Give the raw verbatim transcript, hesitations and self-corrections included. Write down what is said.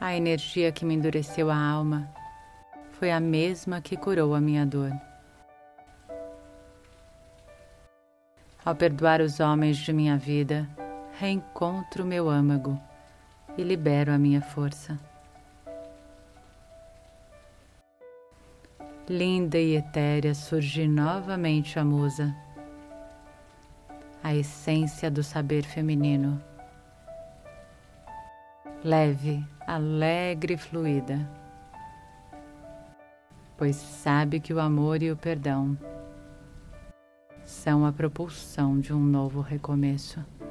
A energia que me endureceu a alma foi a mesma que curou a minha dor. Ao perdoar os homens de minha vida, reencontro meu âmago e libero a minha força. Linda e etérea surge novamente a musa, a essência do saber feminino. Leve, alegre e fluida, pois sabe que o amor e o perdão são a propulsão de um novo recomeço.